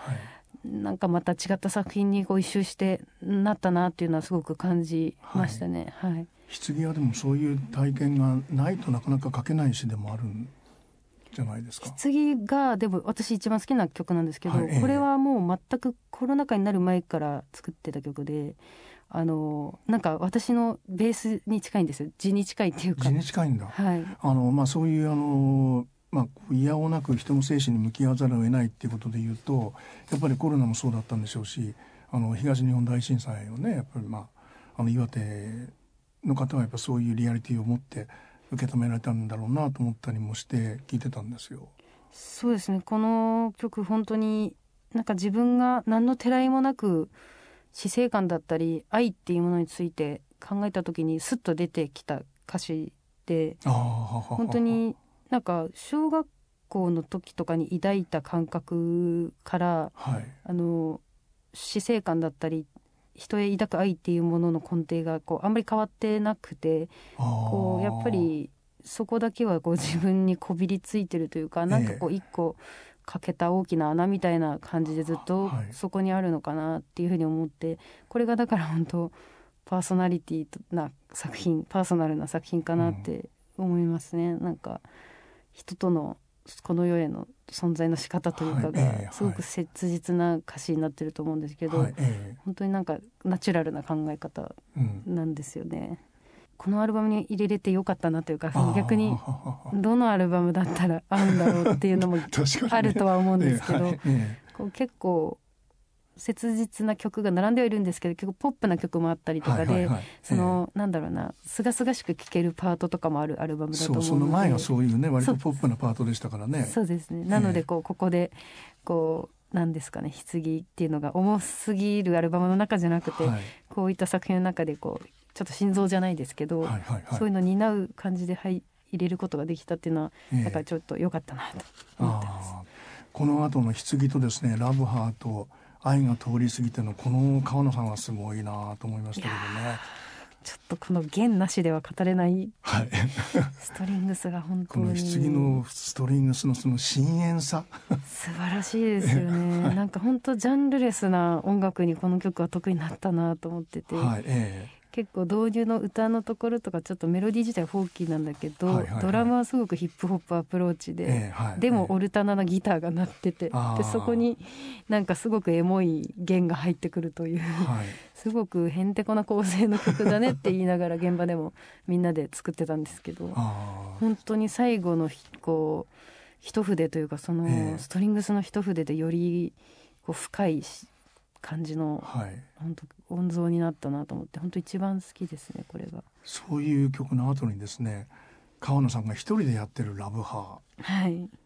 なんかまた違った作品にこう一周してなったなっていうのはすごく感じましたね。はいはい、 棺はでもそういう体験がないとなかなか書けない詩でもあるんじゃないですか。 棺がでも私一番好きな曲なんですけど、はい、これはもう全くコロナ禍になる前から作ってた曲で、あのなんか私のベースに近いんですよ。字に近いっていうか。 字に近いんだ。 はい、 あのまあそういうあのまあ嫌おなく人の生死に向き合わざるを得ないっていうことで言うと、やっぱりコロナもそうだったんでしょうし、あの東日本大震災をねやっぱりまああの岩手の方はやっぱそういうリアリティを持って受け止められたんだろうなと思ったりもして聞いてたんですよ。 そうですね、この曲本当になんか自分が何のてらいもなく死生観だったり愛っていうものについて考えた時にスッと出てきた歌詞で、本当になんか小学校の時とかに抱いた感覚から、はい、あの死生観だったり人へ抱く愛っていうものの根底がこうあんまり変わってなくて、こうやっぱりそこだけはこう自分にこびりついてるというか、なんかこう一個かけた大きな穴みたいな感じでずっとそこにあるのかなっていうふうに思って、これがだから本当パーソナリティな作品、パーソナルな作品かなって思いますね。なんか人とのこの世への存在の仕方というかがすごく切実な歌詞になってると思うんですけど、はい、本当になんかナチュラルな考え方なんですよね。うん、このアルバムに入れれてよかったなというか、逆にどのアルバムだったら合うんだろうっていうのもあるとは思うんですけど、こう結構切実な曲が並んではいるんですけど、結構ポップな曲もあったりとかで、はいはいはい、その、えー、なんだろうな、すがすがしく聴けるパートとかもあるアルバムだと思うので、 そう、その前がそういうね割とポップなパートでしたからね。 そ、そうですね。なのでこう、えー、ここでこうなんですかね、棺っていうのが重すぎるアルバムの中じゃなくて、はい、こういった作品の中でこうちょっと心臓じゃないですけど、はいはいはい、そういうのを担う感じで入れることができたっていうのは、えー、だからちょっと良かったなと思ってます。 この後の棺とですね、ラブハート愛が通り過ぎてのこの川野さんはすごいなと思いましたけどね。 ちょっとこの弦なしでは語れない、はい、ストリングスが本当にこの棺のストリングスのその深遠さ素晴らしいですよね、はい、なんか本当ジャンルレスな音楽にこの曲は得意になったなと思ってて、はい、えー結構導入の歌のところとかちょっとメロディー自体はフォーキーなんだけど、はいはいはい、ドラムはすごくヒップホップアプローチで、えーはい、でもオルタナなギターが鳴ってて、えー、でそこになんかすごくエモい弦が入ってくるという、はい、すごくへんてこな構成の曲だねって言いながら現場でもみんなで作ってたんですけど、本当に最後のこう一筆というかそのストリングスの一筆でよりこう深い感じの、はい、本当音像になったなと思って本当一番好きですねこれが。 そういう曲の後にですね、川野さんが一人でやってるラブハー、はい、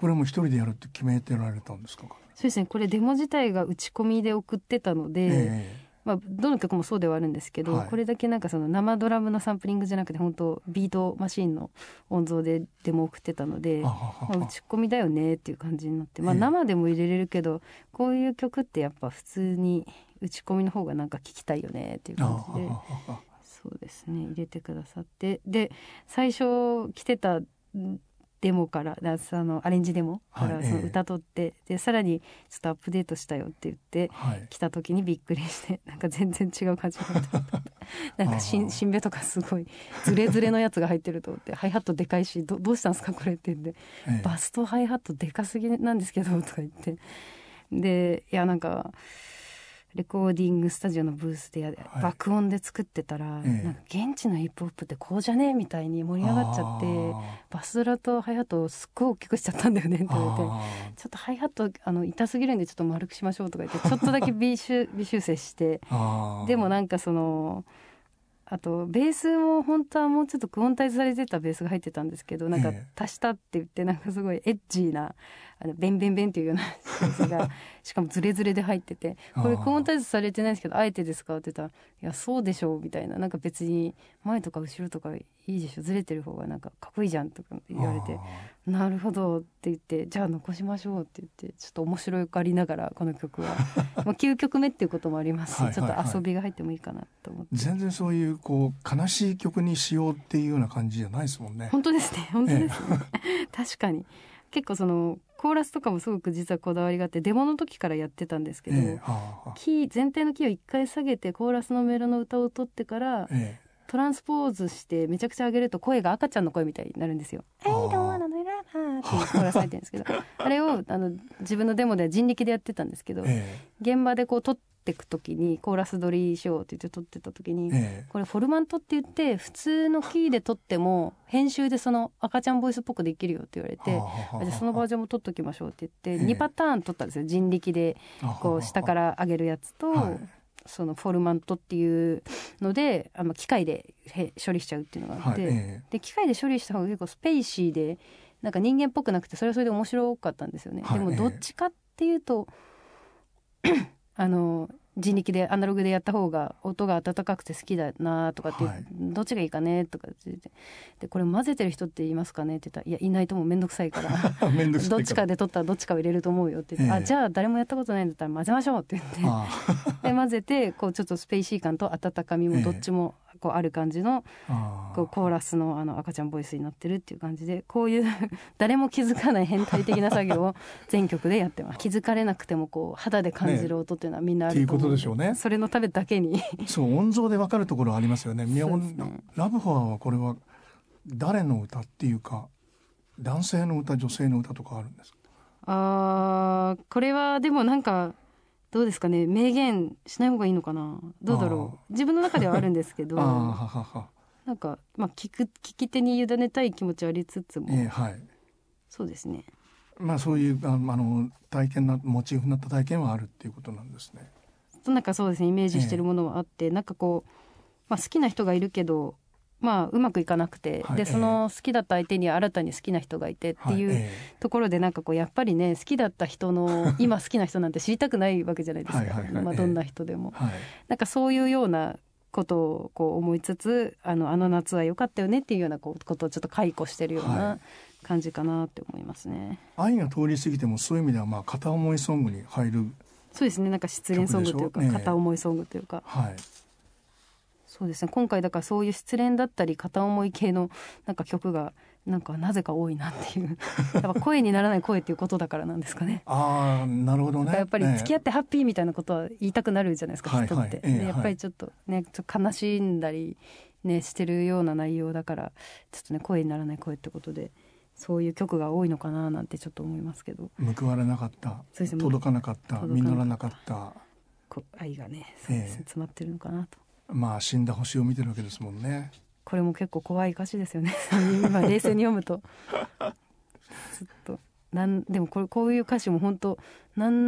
これも一人でやるって決めてられたんですか？ そうですね、これデモ自体が打ち込みで送ってたので、えーまあ、どの曲もそうではあるんですけど、はい、これだけなんかその生ドラムのサンプリングじゃなくて本当ビートマシーンの音像でデモ送ってたので、まあ、打ち込みだよねっていう感じになって、まあ、生でも入れれるけどこういう曲ってやっぱ普通に打ち込みの方がなんか聞きたいよねっていう感じで、そうですね、入れてくださって、で最初来てたデモからあのアレンジデモからその歌取って、はい、でさらにちょっとアップデートしたよって言って、はい、来た時にびっくりしてなんか全然違う感じになってなんかしんしんべとかすごいズレズレのやつが入ってると思ってハイハットでかいし ど, どうしたんですかこれって言って、ええ、バスとハイハットでかすぎなんですけどとか言って、でいやなんかレコーディングスタジオのブースで、はい、爆音で作ってたら、ええ、なんか現地のヒップホップってこうじゃねえみたいに盛り上がっちゃってバスドラとハイハットをすっごい大きくしちゃったんだよねって言われて、ちょっとハイハットあの痛すぎるんでちょっと丸くしましょうとか言ってちょっとだけ微修微修正してでもなんかそのあとベースも本当はもうちょっとクオンタイズされてたベースが入ってたんですけどなんか足したって言ってなんかすごいエッジーなあのベンベンベンっていうようなベースがしかもズレズレで入っててこれクオンタイズされてないんですけどあえてですかって言ったらいやそうでしょうみたいな、なんか別に前とか後ろとかいいでしょずれてる方がなんかかっこいいじゃんとか言われてなるほどって言ってじゃあ残しましょうって言ってちょっと面白がりながらこの曲はまあきゅうきょくめっていうこともありますしはいはい、はい、ちょっと遊びが入ってもいいかなと思って、全然そういうこう悲しい曲にしようっていうような感じじゃないですもんね。 本当ですね本当ですね、ええ、確かに結構そのコーラスとかもすごく実はこだわりがあってデモの時からやってたんですけど、ええはあ、キー全体のキーを一回下げてコーラスのメロの歌を取ってから、ええ、トランスポーズしてめちゃくちゃ上げると声が赤ちゃんの声みたいになるんですよ。I don't wanna know that っていうコーラス入ってるんですけどあれをあの自分のデモでは人力でやってたんですけど、ええ、現場でこう撮っていく時にコーラス取りしようって言って撮ってた時に、ええ、これフォルマントって言って普通のキーで撮っても編集でその赤ちゃんボイスっぽくできるよって言われて、じゃあそのバージョンも撮っときましょうって言って、ええ、にパターン撮ったんですよ。人力でこう下から上げるやつと、はい、そのフォルマントっていうのであの機械で処理しちゃうっていうのがあって、はいえー、で機械で処理した方が結構スペイシーでなんか人間っぽくなくてそれはそれで面白かったんですよね、はい、でもどっちかっていうと、えー、あの人力でアナログでやった方が音が温かくて好きだなとかって、はい、どっちがいいかねとかって言ってでこれ混ぜてる人って言いますかねって言ったらいやいないともめんどくさいからめんどくさいからどっちかで取ったらどっちかを入れると思うよって言って、えー、あじゃあ誰もやったことないんだったら混ぜましょうって言ってで混ぜてこうちょっとスペイシー感と温かみもどっちもこうある感じの、えー、こうコーラスの、あの赤ちゃんボイスになってるっていう感じでこういう誰も気づかない変態的な作業を全曲でやってます気づかれなくてもこう肌で感じる音っていうのはみんなあると思うので、ね、っていうことでしょうね。それのためだけにそう音像で分かるところありますよね。そうですね。ラブフォアはこれは誰の歌っていうか男性の歌女性の歌とかあるんですか？ あこれはでもなんかどうですかね、明言しない方がいいのかな、どうだろう、自分の中ではあるんですけどあはははなんか、まあ、聞く聞き手に委ねたい気持ちはありつつも、えーはい、そうですね、 まあ、そういうあの体験なモチーフになった体験はあるっていうことなんですね。 なんかそうですね、イメージしてるものはあって、えー、なんかこう、まあ、好きな人がいるけどまあ、うまくいかなくて、はい、でその好きだった相手に新たに好きな人がいてっていう、はい、ところでなんかこうやっぱりね好きだった人の今好きな人なんて知りたくないわけじゃないですかはいはい、まあ、どんな人でも、はい、なんかそういうようなことをこう思いつつあの、あの夏は良かったよねっていうようなことをちょっと解雇してるような感じかなって思いますね、はい、 愛が通り過ぎてもそういう意味ではまあ片思いソングに入るそうですね、なんか失恋ソングというか、ね、片思いソングというか、はい、そうですね、今回だからそういう失恋だったり片思い系のなんか曲がなんかなぜか多いなっていうやっぱ声にならない声っていうことだからなんですかねああなるほどね。 やっぱり付き合ってハッピーみたいなことは言いたくなるじゃないですか、はい、人って、はいでやっぱりちょっとねちょっと悲しんだりねしてるような内容だからちょっとね声にならない声ってことでそういう曲が多いのかななんてちょっと思いますけど、 報われなかった、そうですね、届かなかった実らなかった愛がね、そうですね、えー、詰まってるのかなと。 まあ死んだ星を見てるわけですもんね。 これも結構怖い歌詞ですよね今冷静に読むとずっとなんでもこれこういう歌詞も本当何の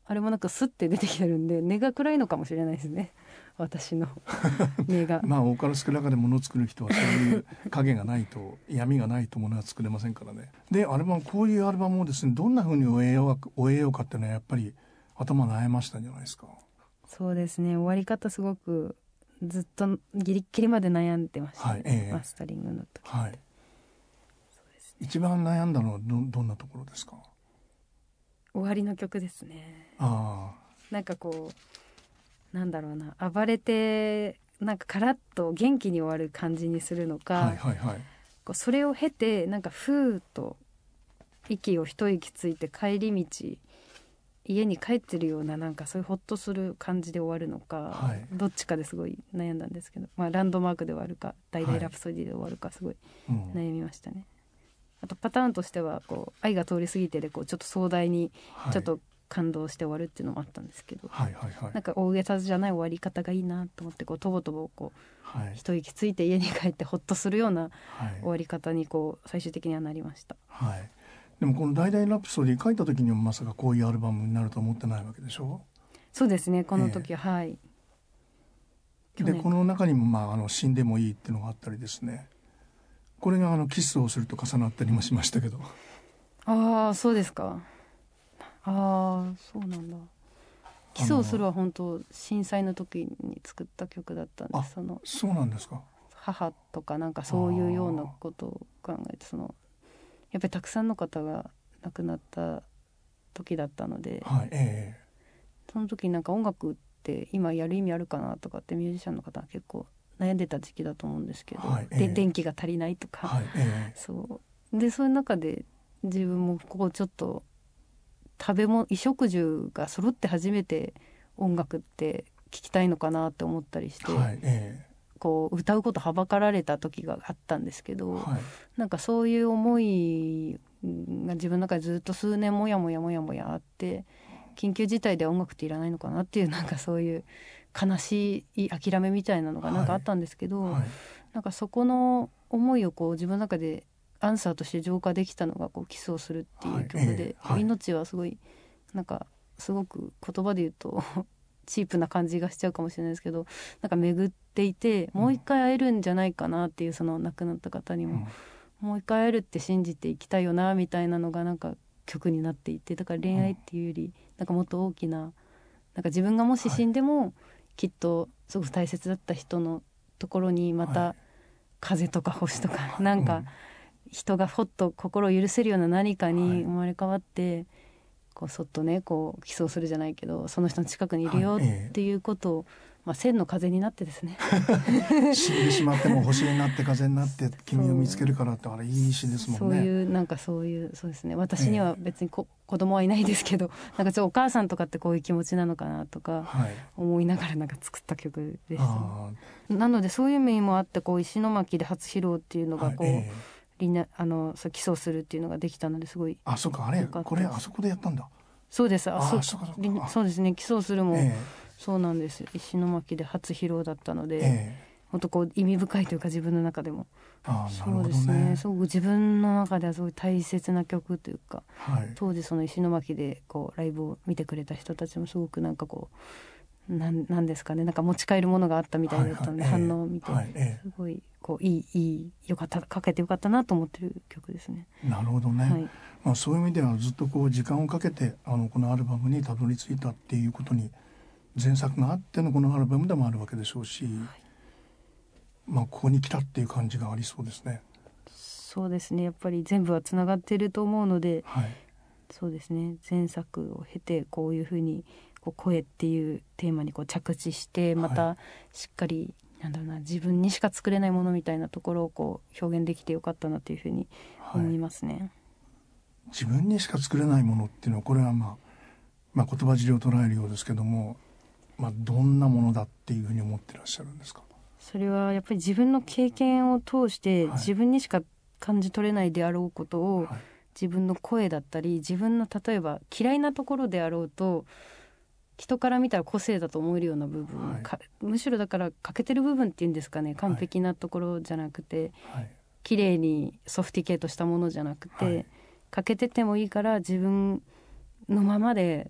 あれもなんかスッて出てきてるんで根が暗いのかもしれないですね私の根がまあ多かれ少なかれ物を作る人はそういう影がないと闇がないと物は作れませんからね。でアルバムこういうアルバムをですねどんな風に終えようか終えようかっていうのはやっぱり頭悩ましたんじゃないですか。 そうですね、終わり方すごくずっとギリッギリまで悩んでました、ね、はいえー、マスタリングの時、 はい、そうですね、一番悩んだのは ど, どんなところですか。 終わりの曲ですね。 あなんかこうなんだろうな、暴れてなんかカラッと元気に終わる感じにするのか、 はいはいはい、 こうそれを経てなんかふーっと息を一息ついて帰り道家に帰ってるようななんかそういうホッとする感じで終わるのか、はい、どっちかですごい悩んだんですけど、まあ、ランドマークで終わるか大々ラプソディで終わるかすごい悩みましたね、はいうん、あとパターンとしてはこう愛が通り過ぎてでこうちょっと壮大にちょっと感動して終わるっていうのもあったんですけど、 はいはいはい、 なんか大げさじゃない終わり方がいいなと思ってこうとぼとぼこう、はい、一息ついて家に帰ってホッとするような終わり方にこう最終的にはなりました、 はい、でもこの大々ラプソディ書いた時にもまさかこういうアルバムになると思ってないわけでしょ。 そうですね、この時、えー、はいでこの中にも、まあ、あの死んでもいいっていうのがあったりですね、これがあのキスをすると重なったりもしましたけど。 ああそうですか。ああそうなんだ。キスをするは本当震災の時に作った曲だったんです。そのそうなんですか。 母とかなんかそういうようなことを考えて、そのやっぱりたくさんの方が亡くなった時だったので、 はいえー、その時になんか音楽って今やる意味あるかなとかってミュージシャンの方は結構悩んでた時期だと思うんですけど、はいえー、で電気が足りないとか、 はいえー、 そうでそういう中で自分もこうちょっと食べ物衣食住が揃って初めて音楽って聴きたいのかなって思ったりして、 はいえー、こう歌うことはばかられた時があったんですけど、 はい、 なんかそういう思いが自分の中でずっと数年もやもやもやもやあって、緊急事態で音楽っていらないのかなっていうなんかそういう悲しい諦めみたいなのがなんかあったんですけど、はいはい、なんかそこの思いをこう自分の中でアンサーとして浄化できたのがこうキスをするっていう曲で、はいえーはい、命はすごいなんかすごく言葉で言うとチープな感じがしちゃうかもしれないですけど、なんか巡っていてもう一回会えるんじゃないかなっていう、その亡くなった方にも、うん、もう一回会えるって信じていきたいよなみたいなのがなんか曲になっていて、だから恋愛っていうよりなんかもっと大きな、なんか自分がもし死んでもきっとすごく大切だった人のところにまた風とか星とかなんか人がほっと心を許せるような何かに生まれ変わって、はい、こうそっとねこうキスをするじゃないけどその人の近くにいるよっていうことを、はいええまあ、千の風になってですね死んでしまっても星になって風になって君を見つけるからってあれいい詩ですもんね。 そういうなんかそういうそうですね、私には別にこ、ええ、子供はいないですけどなんかちょっとお母さんとかってこういう気持ちなのかなとか思いながらなんか作った曲です、はい、なのでそういう意味もあってこう石巻で初披露っていうのがこう、はいええあのそう基礎するっていうのができたのですごい。 あ、そうかあれこれあそこでやったんだ。 そうです。あ、そそうかそうかそうですね。基礎するも、えー、そうなんです。石巻で初披露だったので、えー、本当こう意味深いというか自分の中でも。 あ、 そうですね。すごく自分の中ではすごい大切な曲というか、はい、当時その石巻でこうライブを見てくれた人たちもすごくなんかこうなんなんですかね、なんか持ち帰るものがあったみたいだったので、はいはい、反応を見て、はいえー、すごいこういいいいよかったかけてよかったなと思ってる曲ですね。 なるほどね、はいまあ、そういう意味ではずっとこう時間をかけてあのこのアルバムにたどり着いたっていうことに前作があってのこのアルバムでもあるわけでしょうし、はいまあ、ここに来たっていう感じがありそうですね。 そうですね、やっぱり全部はつながっていると思うので、はい、そうですね、前作を経てこういうふうにこう声っていうテーマにこう着地してまたしっかり、はいなんだろうな、自分にしか作れないものみたいなところをこう表現できてよかったなというふうに思いますね、はい、 自分にしか作れないものっていうのはこれは、まあ、まあ言葉尻を捉えるようですけども、まあ、どんなものだっていうふうに思ってらっしゃるんですか。 それはやっぱり自分の経験を通して自分にしか感じ取れないであろうことを、はい、自分の声だったり自分の例えば嫌いなところであろうと人から見たら個性だと思えるような部分、はい、かむしろだから欠けてる部分っていうんですかね、完璧なところじゃなくて、はい、綺麗にソフティケートしたものじゃなくて、はい、欠けててもいいから自分のままで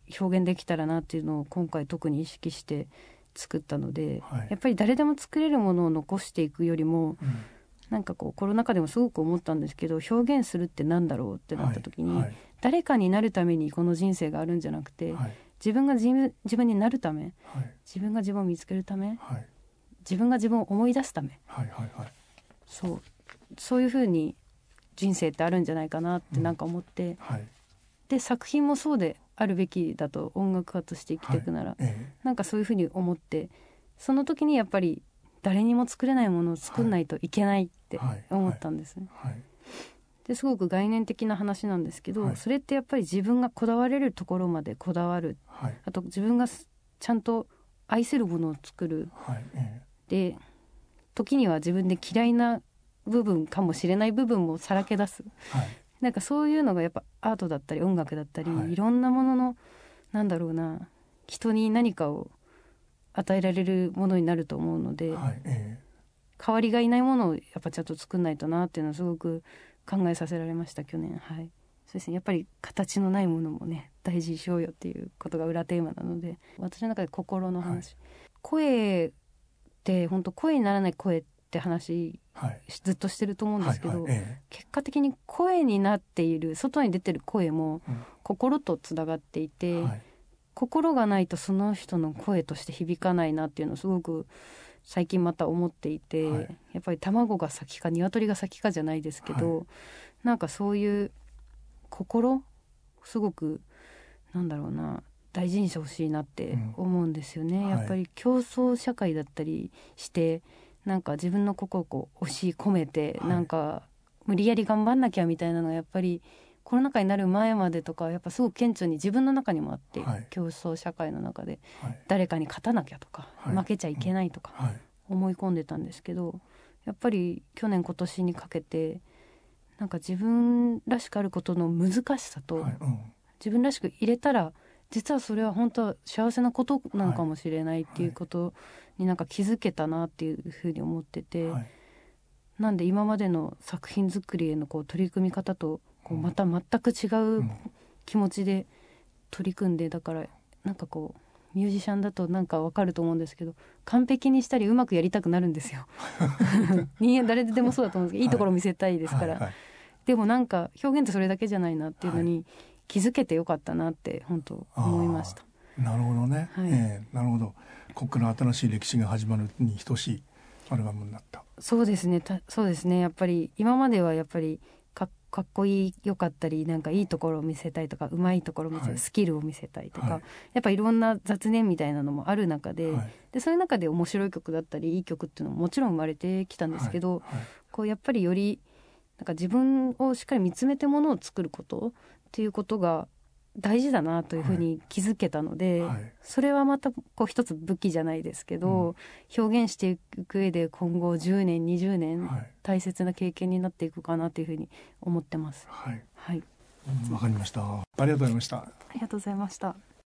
表現できたらなっていうのを今回特に意識して作ったので、 はい、 やっぱり誰でも作れるものを残していくよりも、うん、なんかこうコロナ禍でもすごく思ったんですけど、表現するってなんだろうってなった時に、はいはい、誰かになるためにこの人生があるんじゃなくて、はい、自分が自分、自分になるため、はい、自分が自分を見つけるため、はい、自分が自分を思い出すため、はいはいはい、そう、そういうふうに人生ってあるんじゃないかなってなんか思って、うん、はい、で作品もそうであるべきだと、音楽家として生きていくなら、はい、えー、なんかそういうふうに思って、その時にやっぱり誰にも作れないものを作んないといけないって思ったんですね、はいはいはい、ですごく概念的な話なんですけど、はい、それってやっぱり自分がこだわれるところまでこだわる、はい、あと自分がちゃんと愛せるものを作る、はい、えー、で時には自分で嫌いな部分かもしれない部分もさらけ出す、はい、なんかそういうのがやっぱアートだったり音楽だったり、はい、いろんなもののなんだろうな、人に何かを与えられるものになると思うので、はい、えー、代わりがいないものをやっぱちゃんと作んないとなっていうのはすごく考えさせられました去年。はい、そうですね、やっぱり形のないものもね大事にしようよっていうことが裏テーマなので、私の中で心の話、はい、声って本当声にならない声って話、はい、ずっとしてると思うんですけど、はいはい、ええ、結果的に声になっている外に出てる声も心とつながっていて、うん、はい、心がないとその人の声として響かないなっていうのをすごく最近また思っていて、はい、やっぱり卵が先か鶏が先かじゃないですけど、はい、なんかそういう心すごくなんだろうな、大事にしてほしいなって思うんですよね、うん、やっぱり競争社会だったりしてなんか自分の心をこう押し込めて、はい、なんか無理やり頑張んなきゃみたいなのがやっぱりコロナ禍になる前までとかやっぱすごく顕著に自分の中にもあって、はい、競争社会の中で誰かに勝たなきゃとか、はい、負けちゃいけないとか思い込んでたんですけど、やっぱり去年今年にかけてなんか自分らしくあることの難しさと、はい、うん、自分らしく入れたら実はそれは本当は幸せなことなのかもしれないっていうことになんか気づけたなっていうふうに思ってて、はい、なんで今までの作品作りへのこう取り組み方とこうまた全く違う気持ちで取り組んで、だからなんかこうミュージシャンだとなんかわかると思うんですけど、完璧にしたりうまくやりたくなるんですよ人間誰でもそうだと思うんですけど、いいところ見せたいですから、はいはいはい、でもなんか表現ってそれだけじゃないなっていうのに気づけてよかったなって本当思いました。 なるほどね、はい、えー、なるほど。ここから新しい歴史が始まるに等しいアルバムになった。 そうですね、そうですね、やっぱり今まではやっぱりか っ, かっこいいよかったりなんかいいところを見せたいとかうまいところを見せたい、はい、スキルを見せたいとか、はい、やっぱいろんな雑念みたいなのもある中で、はい、でそういう中で面白い曲だったりいい曲っていうのももちろん生まれてきたんですけど、はいはい、こうやっぱりよりなんか自分をしっかり見つめてものを作ることっていうことが大事だなというふうに気づけたので、はいはい、それはまたこう一つ武器じゃないですけど、うん、表現していく上で今後じゅうねんにじゅうねん、はい、大切な経験になっていくかなというふうに思ってます。 はい、 はい、 わかりました。ありがとうございました。 ありがとうございました。